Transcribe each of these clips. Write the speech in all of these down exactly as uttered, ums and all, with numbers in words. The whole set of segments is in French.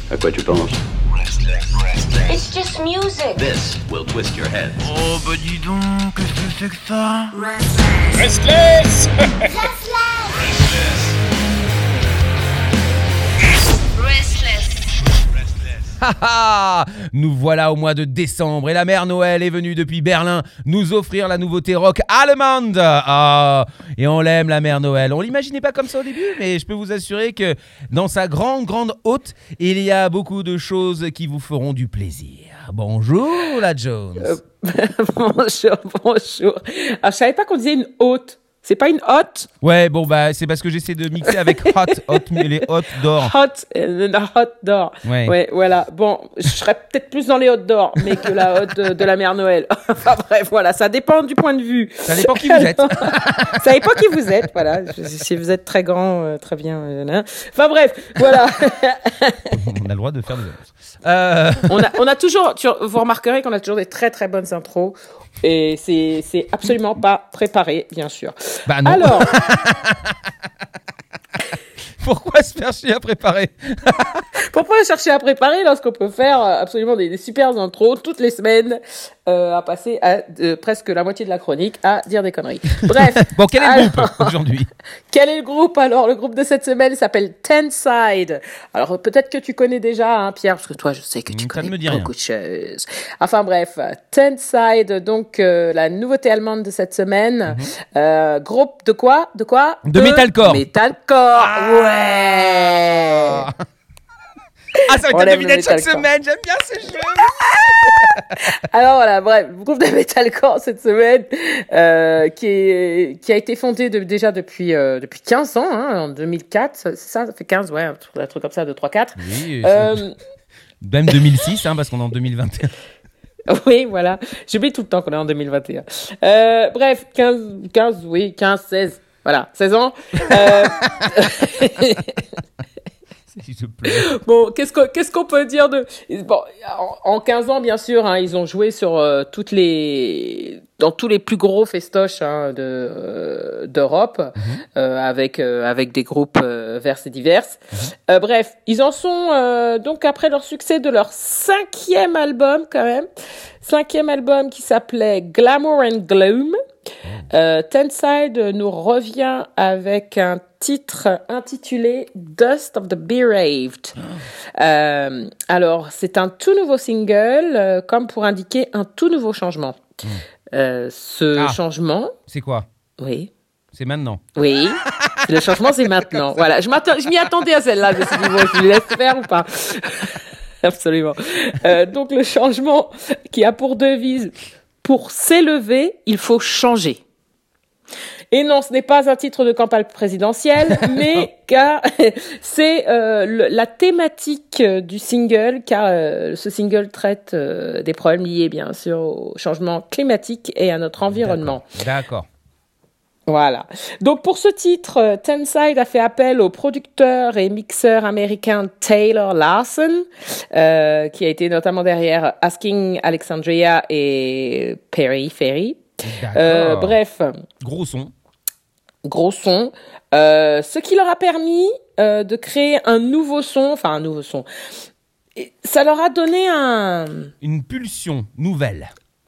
À quoi tu penses? It's just music. This will twist your head. Oh bah dis donc, qu'est-ce que c'est que ça? Restless. Haha, nous voilà au mois de décembre et la mère Noël est venue depuis Berlin nous offrir la nouveauté rock allemande. Ah, et on l'aime la mère Noël. On l'imaginait pas comme ça au début, mais je peux vous assurer que dans sa grande grande hôte, il y a beaucoup de choses qui vous feront du plaisir. Bonjour la Jones. Euh, bonjour, bonjour. Alors, je savais pas qu'on disait une hôte. C'est pas une hot? Ouais, bon bah c'est parce que j'essaie de mixer avec hot, hot, les hot d'or. Hot, euh, la hot d'or. Ouais. Ouais, voilà. Bon, je serais peut-être plus dans les hot d'or, mais que la hot de, de la mère Noël. Enfin bref, voilà, ça dépend du point de vue. Ça dépend qui vous êtes. Ça dépend qui vous êtes, voilà. Si vous êtes très grand, euh, très bien. Euh, hein. Enfin bref, voilà. On a le droit de faire des annonces. Euh... on a, on a toujours, tu, vous remarquerez qu'on a toujours des très très bonnes intros. Et c'est, c'est absolument pas préparé, bien sûr. Bah non. Alors. Pourquoi se faire chier à préparer? Pourquoi chercher à préparer lorsqu'on peut faire absolument des, des super intros toutes les semaines euh, à passer à euh, presque la moitié de la chronique à dire des conneries. Bref. Bon, quel est alors, le groupe aujourd'hui? Quel est le groupe? Alors, le groupe de cette semaine s'appelle Tenside. Alors, peut-être que tu connais déjà, hein, Pierre, parce que toi, je sais que tu Ça connais ne me dit beaucoup rien. de choses. Enfin, bref. Tenside, donc, euh, la nouveauté allemande de cette semaine. Mm-hmm. Euh, groupe de quoi? De quoi? De, de metalcore. Metalcore. Ah ouais. Ah, ça va être devinette chaque semaine, j'aime bien ce jeu. Alors voilà, bref, groupe de metalcore cette semaine euh, qui est qui a été fondé de, déjà depuis euh, depuis quinze ans, hein, en deux mille quatre, c'est ça, ça fait quinze, ouais, un truc, un truc comme ça, deux, trois, quatre. Oui, euh, même deux mille six, hein, parce qu'on est en deux mille vingt et un. Oui, voilà, j'oublie tout le temps qu'on est en deux mille vingt et un. Euh, bref, quinze, quinze, oui, quinze, seize, voilà, seize ans. Euh... Bon, qu'est-ce qu'on, qu'est-ce qu'on peut dire de... Bon, en, en quinze ans, bien sûr, hein, ils ont joué sur euh, toutes les... dans tous les plus gros festoches hein, de, euh, d'Europe, mm-hmm. euh, avec, euh, avec des groupes euh, vers et divers. Mm-hmm. Euh, bref, ils en sont, euh, donc, après leur succès de leur cinquième album, quand même, cinquième album qui s'appelait Glamour and Gloom, euh, Tenside nous revient avec un titre intitulé Dust of the Bereaved. Oh. Euh, alors, c'est un tout nouveau single, euh, comme pour indiquer un tout nouveau changement. Mm. Euh, ce ah. changement... C'est quoi? Oui. C'est maintenant. Oui. Le changement, c'est maintenant. Voilà. Je, je m'y attendais à celle-là. Je me suis dit, bon, je lui laisse faire ou pas? Absolument. Euh, donc, le changement qui a pour devise, pour s'élever, il faut changer. Et non, ce n'est pas un titre de campagne présidentielle, mais car c'est euh, le, la thématique du single, car euh, ce single traite euh, des problèmes liés, bien sûr, au changement climatique et à notre environnement. D'accord. D'accord. Voilà. Donc pour ce titre, Tenside a fait appel au producteur et mixeur américain Taylor Larson, euh, qui a été notamment derrière Asking Alexandria et Perry Ferry. Euh, bref. Gros son. Gros son. Euh, ce qui leur a permis euh, de créer un nouveau son, enfin un nouveau son. Et ça leur a donné un... Une pulsion nouvelle.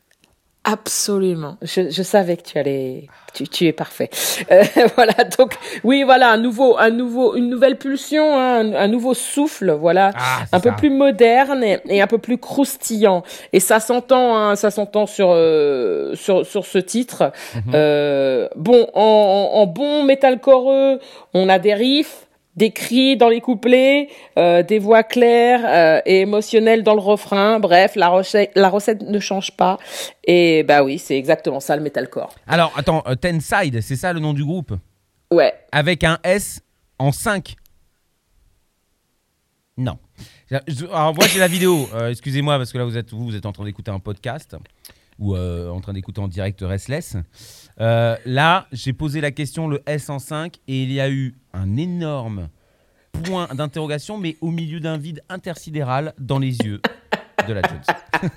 Absolument. Je, je savais que tu allais, tu, tu es parfait. Euh, voilà. Donc, oui, voilà, un nouveau, un nouveau, une nouvelle pulsion, hein, un, un nouveau souffle, voilà, ah, un ça. peu plus moderne et, et un peu plus croustillant. Et ça s'entend, hein, ça s'entend sur, euh, sur, sur ce titre. Mm-hmm. Euh, bon, en, en, en bon metalcoreux, on a des riffs, des cris dans les couplets, euh, des voix claires euh, et émotionnelles dans le refrain. Bref, la recette, la recette ne change pas. Et bah oui, c'est exactement ça le metalcore. Alors, attends, euh, Tenside, c'est ça le nom du groupe? Ouais. Avec un S en cinq? Non. Alors moi j'ai la vidéo, euh, excusez-moi parce que là vous êtes, vous, vous êtes en train d'écouter un podcast ou euh, en train d'écouter en direct Restless. Euh, là j'ai posé la question, le S en cinq, et il y a eu un énorme point d'interrogation mais au milieu d'un vide intersidéral dans les yeux de la Jones.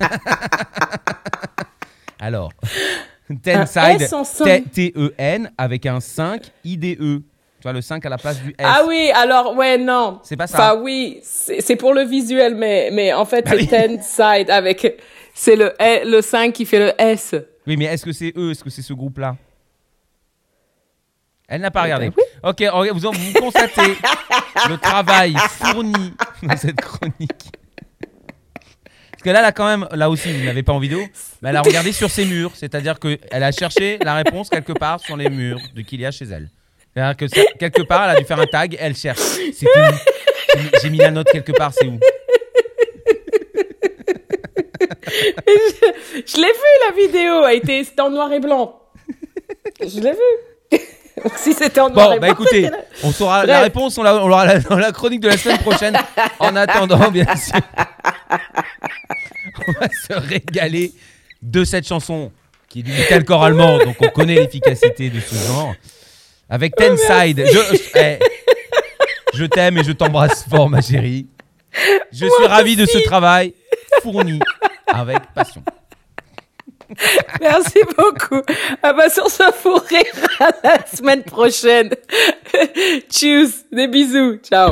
Alors, Tenside, T E N avec un cinq, I D E. Tu vois, le cinq à la place du S. Ah oui, alors, ouais, non. C'est pas ça. Enfin, oui, c'est, c'est pour le visuel, mais, mais en fait, Bah c'est oui. ten side avec, c'est le, le cinq qui fait le S. Oui, mais est-ce que c'est eux? Est-ce que c'est ce groupe-là? Elle n'a pas regardé. Ben oui. Ok, vous, en- vous constatez le travail fourni dans cette chronique. Parce que là, là, quand même, là aussi, vous n'avez pas en vidéo, mais elle a regardé sur ses murs. C'est-à-dire qu'elle a cherché la réponse quelque part sur les murs de qu'il y a chez elle. C'est-à-dire que ça- quelque part, elle a dû faire un tag, elle cherche. C'est où? J'ai mis- J'ai mis la note quelque part, c'est où? Je l'ai vu, la vidéo. Elle était, c'était en noir et blanc. Je l'ai vu. Donc, si c'était en noir Bon, et bah blanc, écoutez, c'était là. on saura Bref. la réponse, on, la, on l'aura la- dans la chronique de la semaine prochaine. En attendant, bien sûr, on va se régaler de cette chanson qui est du metalcore allemand, donc on connaît l'efficacité de ce genre. Avec Ten Side. Je, je, eh, je t'aime et je t'embrasse fort, ma chérie. Je suis ravi de ce travail fourni avec passion. Merci beaucoup. Ah bah sur ce fou rire, à la semaine prochaine. Tchuss, des bisous. Ciao.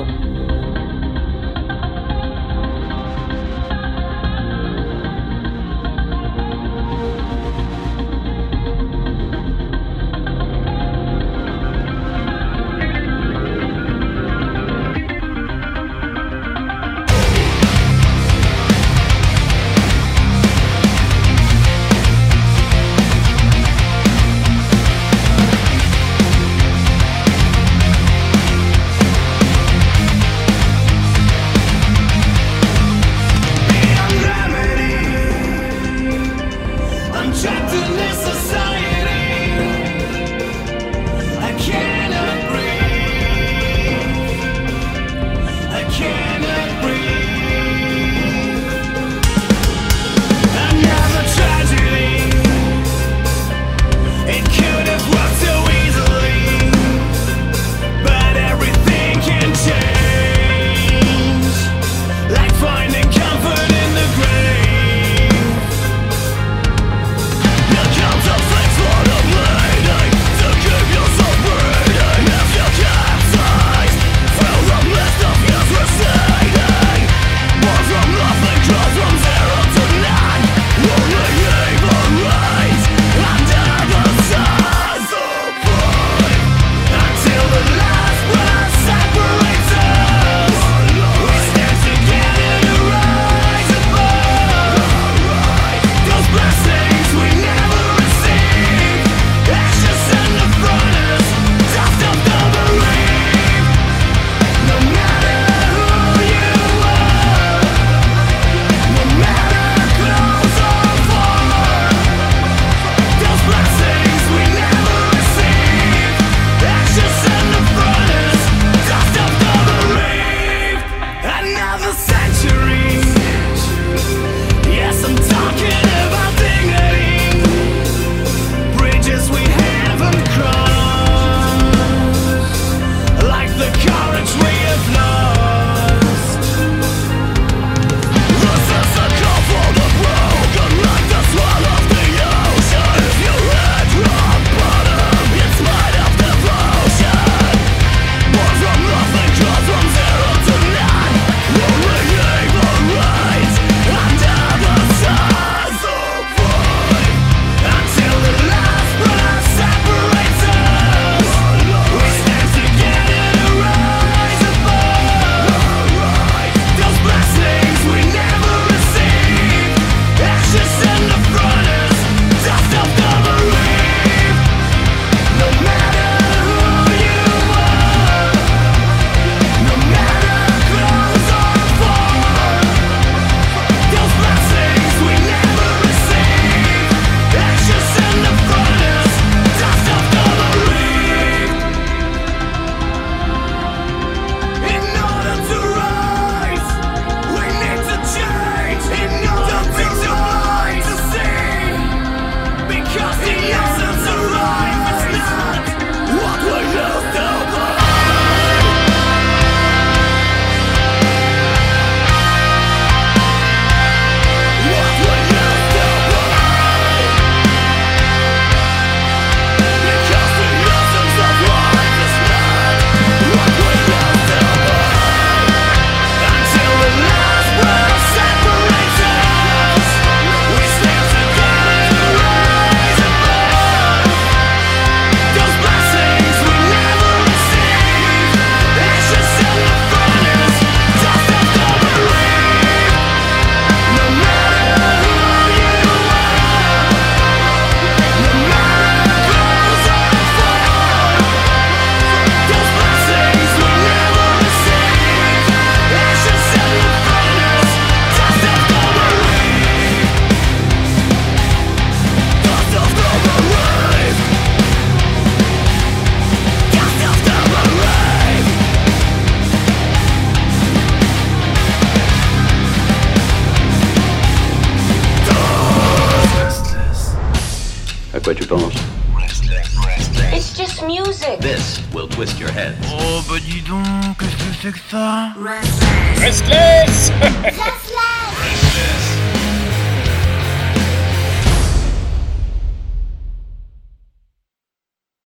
quoi tu penses? It's just music. This will twist your head. Oh bah dis donc, qu'est-ce que c'est que ça? Restless